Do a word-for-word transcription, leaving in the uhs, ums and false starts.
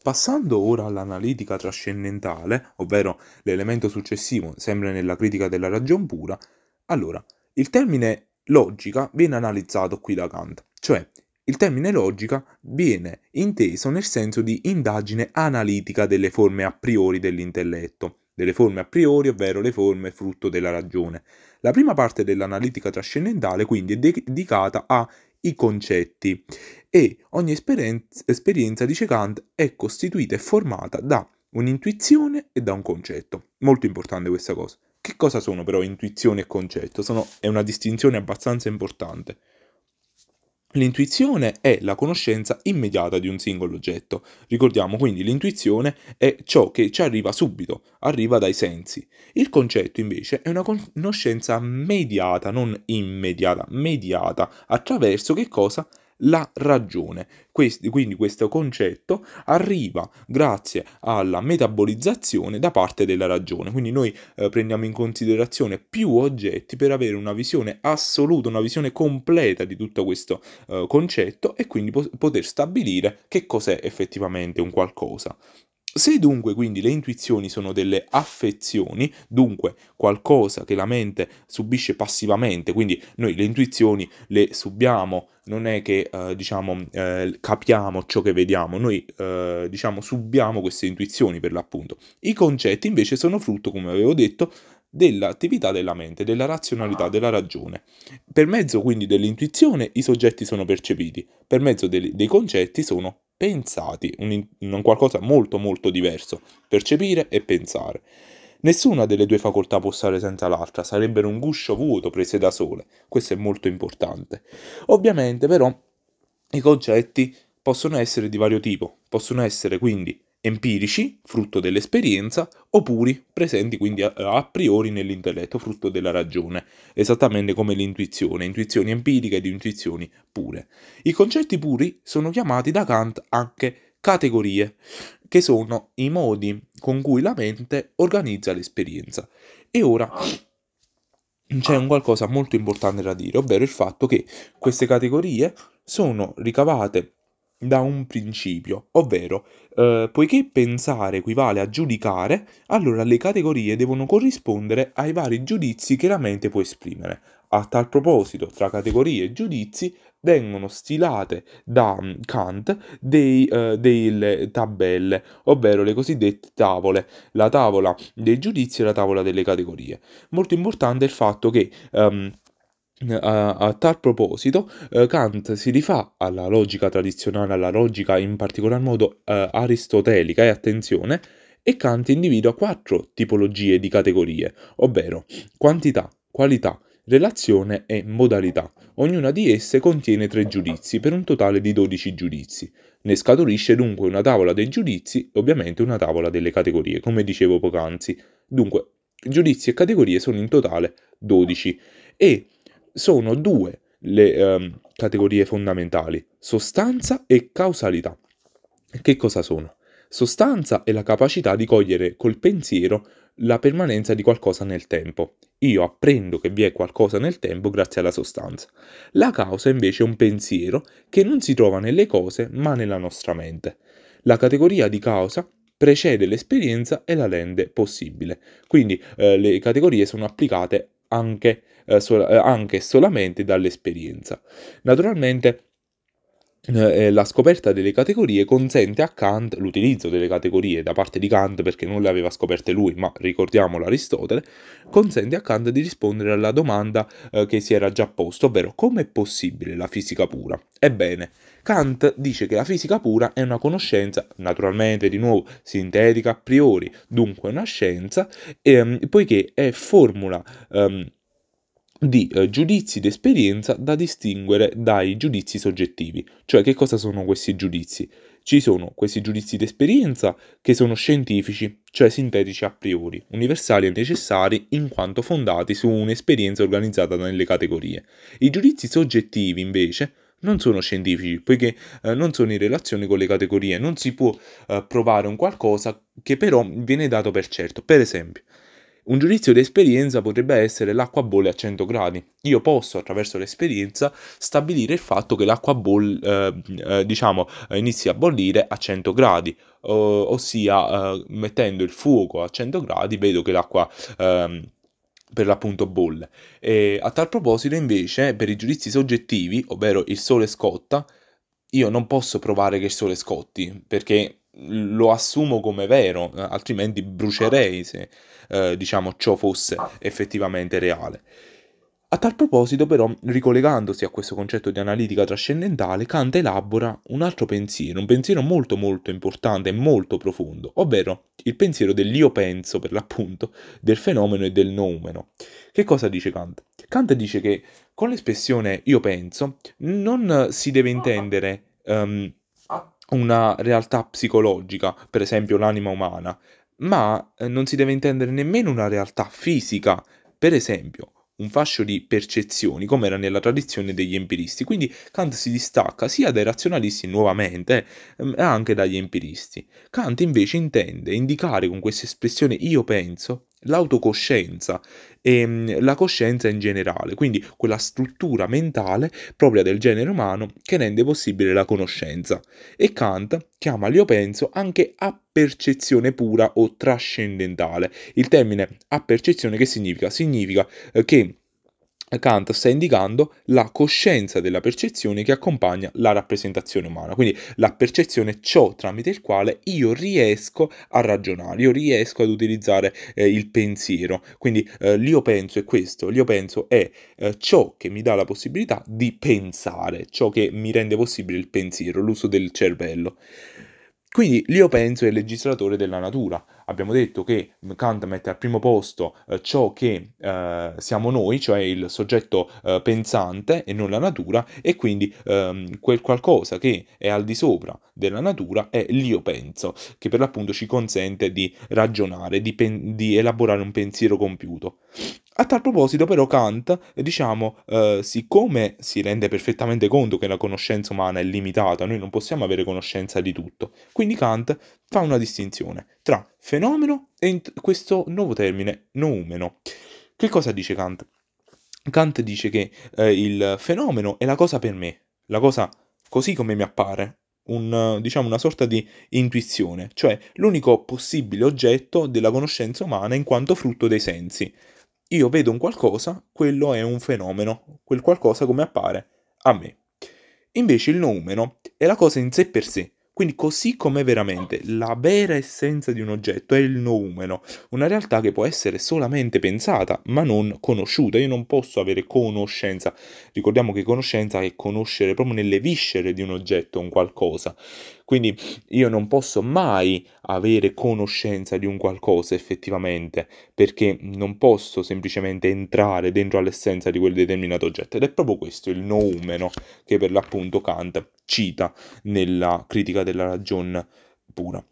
Passando ora all'analitica trascendentale, ovvero l'elemento successivo sempre nella critica della ragion pura, allora, il termine logica viene analizzato qui da Kant, cioè il termine logica viene inteso nel senso di indagine analitica delle forme a priori dell'intelletto, delle forme a priori, ovvero le forme frutto della ragione. La prima parte dell'analitica trascendentale quindi è dedicata ai concetti e ogni esperienz- esperienza, dice Kant, è costituita e formata da un'intuizione e da un concetto. Molto importante questa cosa. Che cosa sono però intuizione e concetto? Sono, è una distinzione abbastanza importante. L'intuizione è la conoscenza immediata di un singolo oggetto. Ricordiamo quindi l'intuizione è ciò che ci arriva subito, arriva dai sensi. Il concetto invece è una conoscenza mediata, non immediata, mediata attraverso che cosa? La ragione. Questi- quindi questo concetto arriva grazie alla metabolizzazione da parte della ragione. Quindi noi eh, prendiamo in considerazione più oggetti per avere una visione assoluta, una visione completa di tutto questo eh, concetto e quindi po- poter stabilire che cos'è effettivamente un qualcosa. Se dunque quindi le intuizioni sono delle affezioni, dunque qualcosa che la mente subisce passivamente, quindi noi le intuizioni le subiamo, non è che eh, diciamo eh, capiamo ciò che vediamo, noi eh, diciamo subiamo queste intuizioni per l'appunto. I concetti invece sono frutto, come avevo detto, dell'attività della mente, della razionalità, della ragione. Per mezzo quindi dell'intuizione i soggetti sono percepiti, per mezzo dei, dei concetti sono pensati, un, un qualcosa molto molto diverso, percepire e pensare. Nessuna delle due facoltà può stare senza l'altra, sarebbero un guscio vuoto prese da sole, questo è molto importante. Ovviamente però i concetti possono essere di vario tipo, possono essere quindi empirici, frutto dell'esperienza, oppure presenti quindi a, a priori nell'intelletto, frutto della ragione, esattamente come l'intuizione, intuizioni empiriche ed intuizioni pure. I concetti puri sono chiamati da Kant anche categorie, che sono i modi con cui la mente organizza l'esperienza. E ora c'è un qualcosa molto importante da dire, ovvero il fatto che queste categorie sono ricavate da un principio, ovvero eh, poiché pensare equivale a giudicare, allora le categorie devono corrispondere ai vari giudizi che la mente può esprimere. A tal proposito, tra categorie e giudizi vengono stilate da mm, Kant dei, eh, delle tabelle, ovvero le cosiddette tavole, la tavola dei giudizi e la tavola delle categorie. Molto importante è il fatto che ehm, a, a tal proposito, eh, Kant si rifà alla logica tradizionale, alla logica in particolar modo eh, aristotelica, e attenzione, e Kant individua quattro tipologie di categorie, ovvero quantità, qualità, relazione e modalità. Ognuna di esse contiene tre giudizi, per un totale di dodici giudizi. Ne scaturisce dunque una tavola dei giudizi e ovviamente una tavola delle categorie, come dicevo poc'anzi. Dunque, giudizi e categorie sono in totale dodici e sono due le ehm, categorie fondamentali, sostanza e causalità. Che cosa sono? Sostanza è la capacità di cogliere col pensiero la permanenza di qualcosa nel tempo. Io apprendo che vi è qualcosa nel tempo grazie alla sostanza. La causa invece è un pensiero che non si trova nelle cose ma nella nostra mente. La categoria di causa precede l'esperienza e la rende possibile. Quindi eh, le categorie sono applicate anche, eh, sol- eh, anche e solamente dall'esperienza. Naturalmente eh, la scoperta delle categorie consente a Kant, l'utilizzo delle categorie da parte di Kant perché non le aveva scoperte lui, ma ricordiamolo Aristotele, consente a Kant di rispondere alla domanda eh, che si era già posto, ovvero come è possibile la fisica pura? Ebbene, Kant dice che la fisica pura è una conoscenza, naturalmente di nuovo sintetica a priori, dunque una scienza, ehm, poiché è formula ehm, di eh, giudizi d'esperienza da distinguere dai giudizi soggettivi. Cioè, che cosa sono questi giudizi? Ci sono questi giudizi d'esperienza che sono scientifici, cioè sintetici a priori, universali e necessari in quanto fondati su un'esperienza organizzata nelle categorie. I giudizi soggettivi, invece, non sono scientifici, poiché eh, non sono in relazione con le categorie, non si può eh, provare un qualcosa che però viene dato per certo. Per esempio, Un giudizio di esperienza potrebbe essere: l'acqua bolle a cento gradi. Io posso, attraverso l'esperienza, stabilire il fatto che l'acqua boll ehm, ehm, diciamo, ehm, inizi a bollire a cento gradi, o ossia, ehm, mettendo il fuoco a cento gradi vedo che l'acqua, ehm, per l'appunto bolle. E a tal proposito invece, per i giudizi soggettivi, ovvero il sole scotta, io non posso provare che il sole scotti, perché lo assumo come vero, eh, altrimenti brucerei se, eh, diciamo, ciò fosse effettivamente reale. A tal proposito, però, ricollegandosi a questo concetto di analitica trascendentale, Kant elabora un altro pensiero, un pensiero molto molto importante e molto profondo, ovvero il pensiero dell'io penso, per l'appunto, del fenomeno e del noumeno. Che cosa dice Kant? Kant dice che con l'espressione io penso non si deve intendere ehm, una realtà psicologica, per esempio l'anima umana, ma eh, non si deve intendere nemmeno una realtà fisica, per esempio un fascio di percezioni, come era nella tradizione degli empiristi. Quindi Kant si distacca sia dai razionalisti nuovamente, ehm, e anche dagli empiristi. Kant invece intende indicare con questa espressione io penso l'autocoscienza e mm, la coscienza in generale, quindi quella struttura mentale propria del genere umano che rende possibile la conoscenza. E Kant chiama l'io penso anche appercezione pura o trascendentale. Il termine appercezione che significa? Significa eh, che Kant sta indicando la coscienza della percezione che accompagna la rappresentazione umana, quindi la percezione è ciò tramite il quale io riesco a ragionare, io riesco ad utilizzare eh, il pensiero. Quindi eh, l'io penso è questo, l'io penso è eh, ciò che mi dà la possibilità di pensare, ciò che mi rende possibile il pensiero, l'uso del cervello. Quindi l'io penso è il legislatore della natura. Abbiamo detto che Kant mette al primo posto eh, ciò che eh, siamo noi, cioè il soggetto eh, pensante e non la natura, e quindi ehm, quel qualcosa che è al di sopra della natura è l'io penso, che per l'appunto ci consente di ragionare, di, pen- di elaborare un pensiero compiuto. A tal proposito, però, Kant, eh, diciamo, eh, siccome si rende perfettamente conto che la conoscenza umana è limitata, noi non possiamo avere conoscenza di tutto, quindi Kant fa una distinzione tra fenomeno e int- questo nuovo termine, noumeno. Che cosa dice Kant? Kant dice che eh, il fenomeno è la cosa per me, la cosa così come mi appare, un, eh, diciamo una sorta di intuizione, cioè l'unico possibile oggetto della conoscenza umana in quanto frutto dei sensi. Io vedo un qualcosa, quello è un fenomeno, quel qualcosa come appare a me. Invece il noumeno è la cosa in sé per sé, quindi così com'è veramente, la vera essenza di un oggetto è il noumeno, una realtà che può essere solamente pensata, ma non conosciuta. Io non posso avere conoscenza. Ricordiamo che conoscenza è conoscere proprio nelle viscere di un oggetto un qualcosa. Quindi io non posso mai avere conoscenza di un qualcosa effettivamente, perché non posso semplicemente entrare dentro all'essenza di quel determinato oggetto. Ed è proprio questo il noumeno che per l'appunto Kant cita nella critica della ragion pura.